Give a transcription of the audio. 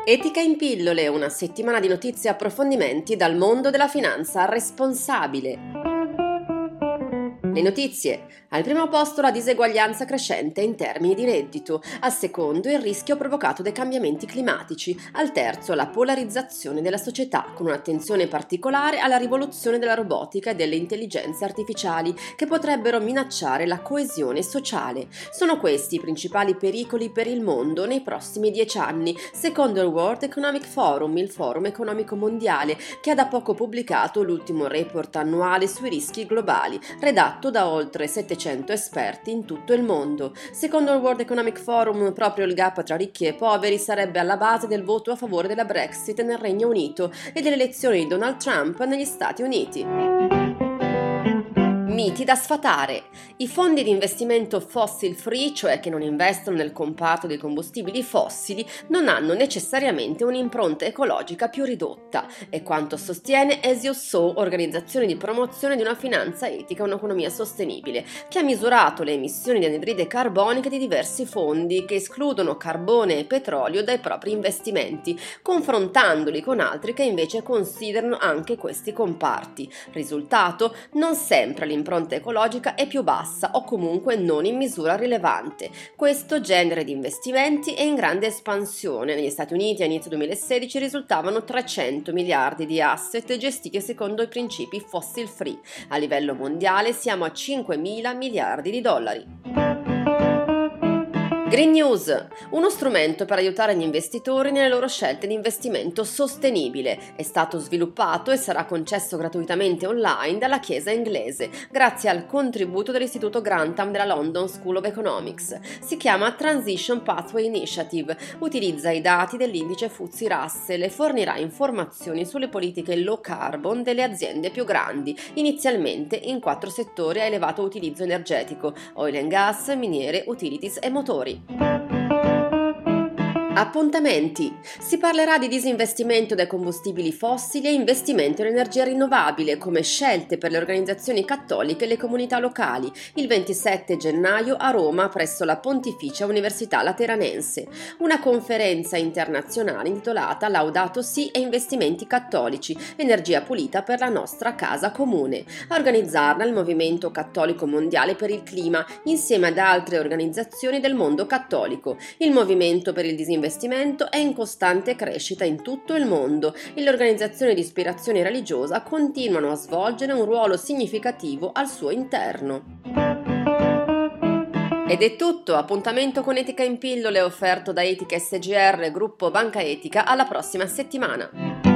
Etica in pillole, una settimana di notizie e approfondimenti dal mondo della finanza responsabile. Le notizie. Al primo posto la diseguaglianza crescente in termini di reddito, al secondo il rischio provocato dai cambiamenti climatici, al terzo la polarizzazione della società con un'attenzione particolare alla rivoluzione della robotica e delle intelligenze artificiali che potrebbero minacciare la coesione sociale. Sono questi i principali pericoli per il mondo nei prossimi 10 anni, secondo il World Economic Forum, il forum economico mondiale, che ha da poco pubblicato l'ultimo report annuale sui rischi globali, redatto da oltre 700 esperti in tutto il mondo. Secondo il World Economic Forum, proprio il gap tra ricchi e poveri sarebbe alla base del voto a favore della Brexit nel Regno Unito e delle elezioni di Donald Trump negli Stati Uniti. Miti da sfatare. I fondi di investimento fossil free, cioè che non investono nel comparto dei combustibili fossili, non hanno necessariamente un'impronta ecologica più ridotta, è quanto sostiene Esioso, organizzazione di promozione di una finanza etica e un'economia sostenibile, che ha misurato le emissioni di anidride carbonica di diversi fondi che escludono carbone e petrolio dai propri investimenti, confrontandoli con altri che invece considerano anche questi comparti. Risultato? Non sempre l'impronta ecologica è più bassa o comunque non in misura rilevante. Questo genere di investimenti è in grande espansione. Negli Stati Uniti a inizio 2016 risultavano 300 miliardi di asset gestiti secondo i principi fossil free. A livello mondiale siamo a 5.000 miliardi di dollari. Green News, uno strumento per aiutare gli investitori nelle loro scelte di investimento sostenibile. È stato sviluppato e sarà concesso gratuitamente online dalla Chiesa inglese, grazie al contributo dell'Istituto Grantham della London School of Economics. Si chiama Transition Pathway Initiative, utilizza i dati dell'indice FTSE Russell e fornirà informazioni sulle politiche low carbon delle aziende più grandi, inizialmente in 4 settori a elevato utilizzo energetico: oil and gas, miniere, utilities e motori. Appuntamenti. Si parlerà di disinvestimento dai combustibili fossili e investimento in energia rinnovabile come scelte per le organizzazioni cattoliche e le comunità locali, il 27 gennaio a Roma presso la Pontificia Università Lateranense. Una conferenza internazionale intitolata Laudato Si e investimenti cattolici, energia pulita per la nostra casa comune. A organizzarla il Movimento Cattolico Mondiale per il Clima, insieme ad altre organizzazioni del mondo cattolico. Il Movimento per il Disinvestimento è in costante crescita in tutto il mondo e le organizzazioni di ispirazione religiosa continuano a svolgere un ruolo significativo al suo interno. Ed è tutto, appuntamento con Etica in pillole offerto da Etica SGR, gruppo Banca Etica, alla prossima settimana.